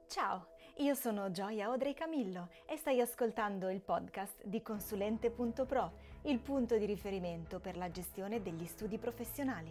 Ciao, io sono Gioia Audrey Camillo e stai ascoltando il podcast di Consulente.pro, il punto di riferimento per la gestione degli studi professionali.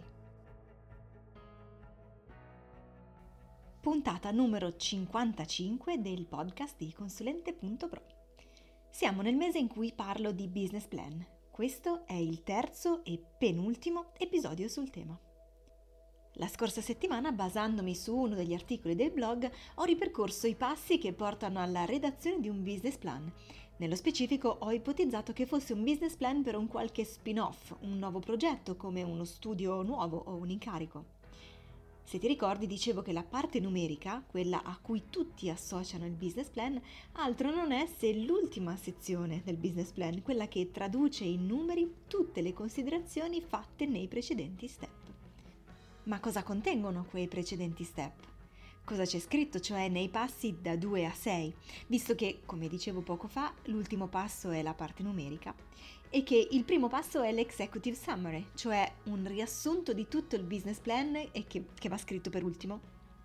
Puntata numero 55 del podcast di Consulente.pro. Siamo nel mese in cui parlo di business plan. Questo è il terzo e penultimo episodio sul tema. La scorsa settimana, basandomi su uno degli articoli del blog, ho ripercorso i passi che portano alla redazione di un business plan. Nello specifico ho ipotizzato che fosse un business plan per un qualche spin-off, un nuovo progetto come uno studio nuovo o un incarico. Se ti ricordi, dicevo che la parte numerica, quella a cui tutti associano il business plan, altro non è se l'ultima sezione del business plan, quella che traduce in numeri tutte le considerazioni fatte nei precedenti step. Ma cosa contengono quei precedenti step? Cosa c'è scritto, cioè nei passi da 2 a 6, visto che, come dicevo poco fa, l'ultimo passo è la parte numerica e che il primo passo è l'executive summary, cioè un riassunto di tutto il business plan e che va scritto per ultimo.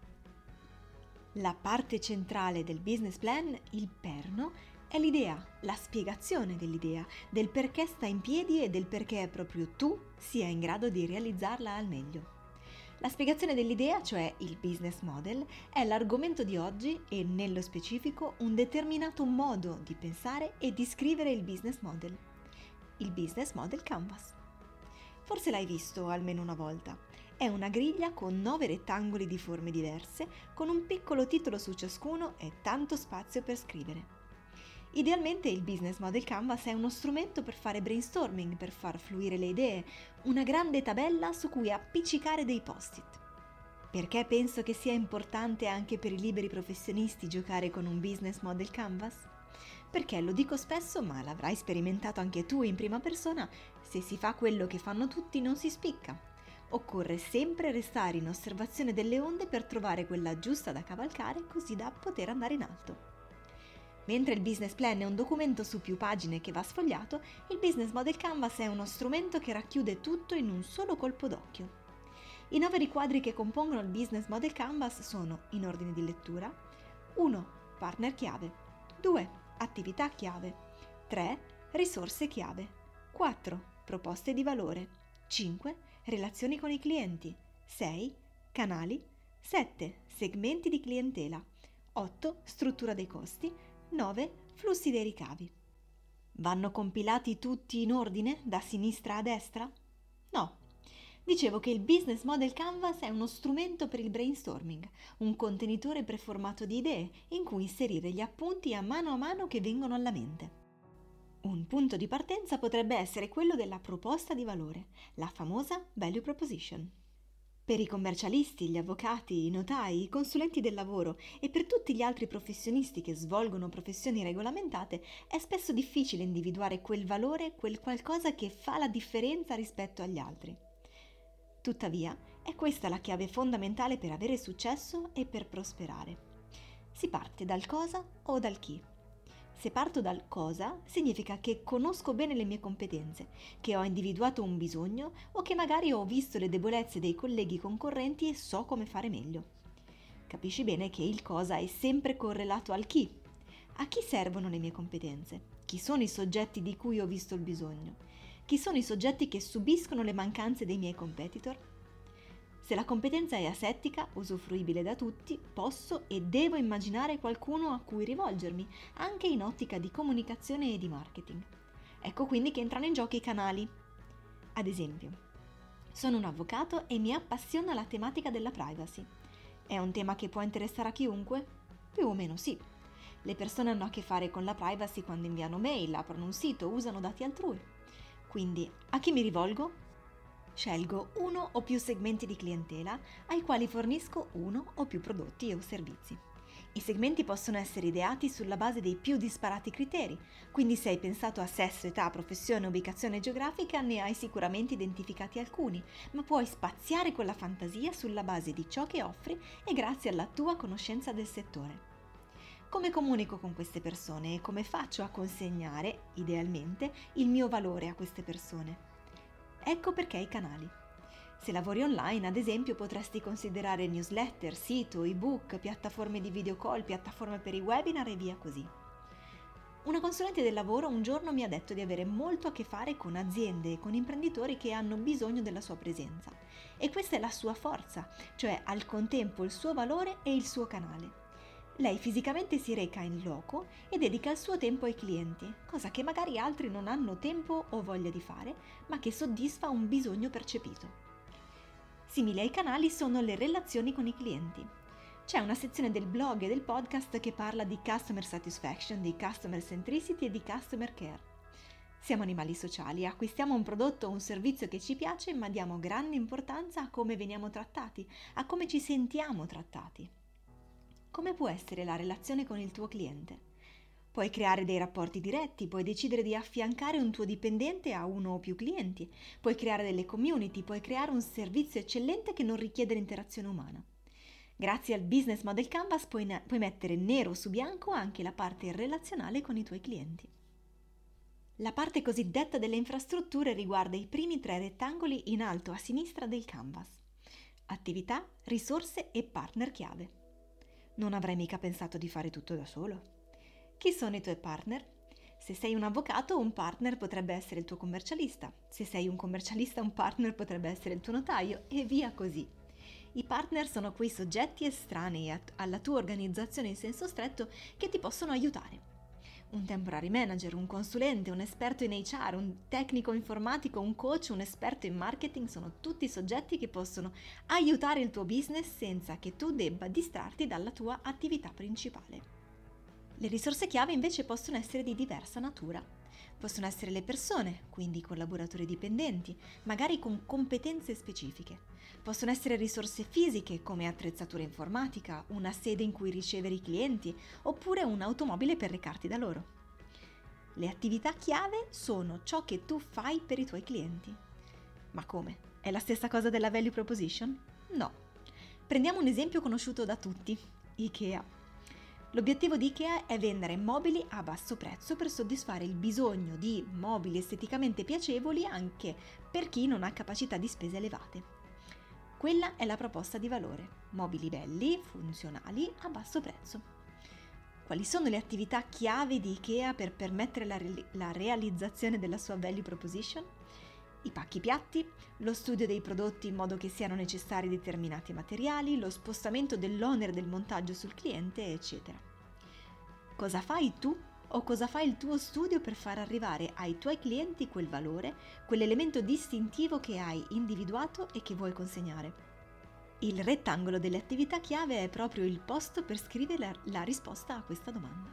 La parte centrale del business plan, il perno, è l'idea, la spiegazione dell'idea, del perché sta in piedi e del perché proprio tu sia in grado di realizzarla al meglio. La spiegazione dell'idea, cioè il business model, è l'argomento di oggi e, nello specifico, un determinato modo di pensare e di scrivere il business model. Il business model canvas. Forse l'hai visto almeno una volta. È una griglia con 9 rettangoli di forme diverse, con un piccolo titolo su ciascuno e tanto spazio per scrivere. Idealmente il Business Model Canvas è uno strumento per fare brainstorming, per far fluire le idee, una grande tabella su cui appiccicare dei post-it. Perché penso che sia importante anche per i liberi professionisti giocare con un Business Model Canvas? Perché lo dico spesso, ma l'avrai sperimentato anche tu in prima persona, se si fa quello che fanno tutti non si spicca. Occorre sempre restare in osservazione delle onde per trovare quella giusta da cavalcare così da poter andare in alto. Mentre il business plan è un documento su più pagine che va sfogliato, il Business Model Canvas è uno strumento che racchiude tutto in un solo colpo d'occhio. I 9 riquadri che compongono il Business Model Canvas sono, in ordine di lettura: 1. Partner chiave, 2. Attività chiave, 3. Risorse chiave, 4. Proposte di valore, 5. Relazioni con i clienti, 6. Canali, 7. Segmenti di clientela, 8. Struttura dei costi, 9. Flussi dei ricavi. Vanno compilati tutti in ordine, da sinistra a destra? No. Dicevo che il Business Model Canvas è uno strumento per il brainstorming, un contenitore preformato di idee in cui inserire gli appunti a mano che vengono alla mente. Un punto di partenza potrebbe essere quello della proposta di valore, la famosa value proposition. Per i commercialisti, gli avvocati, i notai, i consulenti del lavoro e per tutti gli altri professionisti che svolgono professioni regolamentate è spesso difficile individuare quel valore, quel qualcosa che fa la differenza rispetto agli altri. Tuttavia, è questa la chiave fondamentale per avere successo e per prosperare. Si parte dal cosa o dal chi. Se parto dal cosa, significa che conosco bene le mie competenze, che ho individuato un bisogno o che magari ho visto le debolezze dei colleghi concorrenti e so come fare meglio. Capisci bene che il cosa è sempre correlato al chi. A chi servono le mie competenze? Chi sono i soggetti di cui ho visto il bisogno? Chi sono i soggetti che subiscono le mancanze dei miei competitor? Se la competenza è asettica, usufruibile da tutti, posso e devo immaginare qualcuno a cui rivolgermi, anche in ottica di comunicazione e di marketing. Ecco quindi che entrano in gioco i canali. Ad esempio, sono un avvocato e mi appassiona la tematica della privacy. È un tema che può interessare a chiunque? Più o meno sì. Le persone hanno a che fare con la privacy quando inviano mail, aprono un sito, usano dati altrui. Quindi, a chi mi rivolgo? Scelgo uno o più segmenti di clientela ai quali fornisco uno o più prodotti o servizi. I segmenti possono essere ideati sulla base dei più disparati criteri, quindi se hai pensato a sesso, età, professione, ubicazione geografica ne hai sicuramente identificati alcuni, ma puoi spaziare con la fantasia sulla base di ciò che offri e grazie alla tua conoscenza del settore. Come comunico con queste persone e come faccio a consegnare, idealmente, il mio valore a queste persone? Ecco perché i canali. Se lavori online, ad esempio, potresti considerare newsletter, sito, ebook, piattaforme di video call, piattaforme per i webinar e via così. Una consulente del lavoro un giorno mi ha detto di avere molto a che fare con aziende e con imprenditori che hanno bisogno della sua presenza. E questa è la sua forza, cioè al contempo il suo valore e il suo canale. Lei fisicamente si reca in loco e dedica il suo tempo ai clienti, cosa che magari altri non hanno tempo o voglia di fare, ma che soddisfa un bisogno percepito. Simili ai canali sono le relazioni con i clienti. C'è una sezione del blog e del podcast che parla di customer satisfaction, di customer centricity e di customer care. Siamo animali sociali, acquistiamo un prodotto o un servizio che ci piace, ma diamo grande importanza a come veniamo trattati, a come ci sentiamo trattati. Come può essere la relazione con il tuo cliente? Puoi creare dei rapporti diretti, puoi decidere di affiancare un tuo dipendente a uno o più clienti, puoi creare delle community, puoi creare un servizio eccellente che non richiede l'interazione umana. Grazie al Business Model Canvas puoi mettere nero su bianco anche la parte relazionale con i tuoi clienti. La parte cosiddetta delle infrastrutture riguarda i primi 3 rettangoli in alto a sinistra del canvas. Attività, risorse e partner chiave. Non avrei mica pensato di fare tutto da solo. Chi sono i tuoi partner? Se sei un avvocato, un partner potrebbe essere il tuo commercialista. Se sei un commercialista, un partner potrebbe essere il tuo notaio e via così. I partner sono quei soggetti estranei alla tua organizzazione in senso stretto che ti possono aiutare. Un temporary manager, un consulente, un esperto in HR, un tecnico informatico, un coach, un esperto in marketing sono tutti soggetti che possono aiutare il tuo business senza che tu debba distrarti dalla tua attività principale. Le risorse chiave invece possono essere di diversa natura. Possono essere le persone, quindi collaboratori dipendenti, magari con competenze specifiche. Possono essere risorse fisiche come attrezzatura informatica, una sede in cui ricevere i clienti oppure un'automobile per recarti da loro. Le attività chiave sono ciò che tu fai per i tuoi clienti. Ma come? È la stessa cosa della value proposition? No. Prendiamo un esempio conosciuto da tutti, IKEA. L'obiettivo di IKEA è vendere mobili a basso prezzo per soddisfare il bisogno di mobili esteticamente piacevoli anche per chi non ha capacità di spese elevate. Quella è la proposta di valore: mobili belli, funzionali, a basso prezzo. Quali sono le attività chiave di IKEA per permettere la realizzazione della sua value proposition? I pacchi piatti, lo studio dei prodotti in modo che siano necessari determinati materiali, lo spostamento dell'onere del montaggio sul cliente, eccetera. Cosa fai tu o cosa fa il tuo studio per far arrivare ai tuoi clienti quel valore, quell'elemento distintivo che hai individuato e che vuoi consegnare? Il rettangolo delle attività chiave è proprio il posto per scrivere la risposta a questa domanda.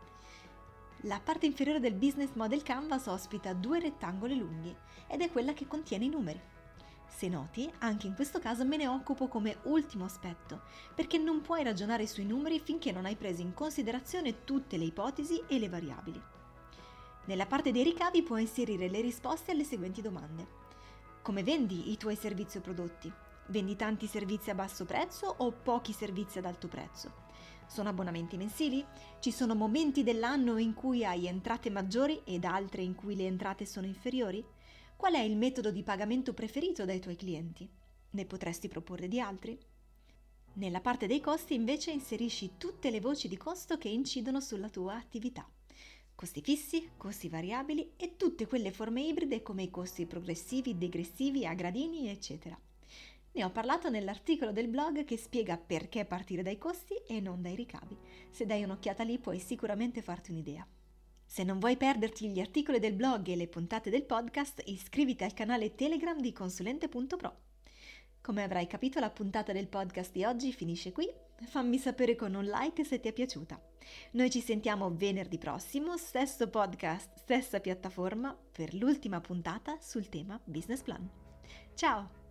La parte inferiore del Business Model Canvas ospita 2 rettangoli lunghi ed è quella che contiene i numeri. Se noti, anche in questo caso me ne occupo come ultimo aspetto, perché non puoi ragionare sui numeri finché non hai preso in considerazione tutte le ipotesi e le variabili. Nella parte dei ricavi puoi inserire le risposte alle seguenti domande. Come vendi i tuoi servizi o prodotti? Vendi tanti servizi a basso prezzo o pochi servizi ad alto prezzo? Sono abbonamenti mensili? Ci sono momenti dell'anno in cui hai entrate maggiori ed altre in cui le entrate sono inferiori? Qual è il metodo di pagamento preferito dai tuoi clienti? Ne potresti proporre di altri? Nella parte dei costi invece inserisci tutte le voci di costo che incidono sulla tua attività. Costi fissi, costi variabili e tutte quelle forme ibride come i costi progressivi, degressivi, a gradini, eccetera. Ne ho parlato nell'articolo del blog che spiega perché partire dai costi e non dai ricavi. Se dai un'occhiata lì puoi sicuramente farti un'idea. Se non vuoi perderti gli articoli del blog e le puntate del podcast, iscriviti al canale Telegram di Consulente.pro. Come avrai capito, la puntata del podcast di oggi finisce qui. Fammi sapere con un like se ti è piaciuta. Noi ci sentiamo venerdì prossimo, stesso podcast, stessa piattaforma, per l'ultima puntata sul tema Business Plan. Ciao!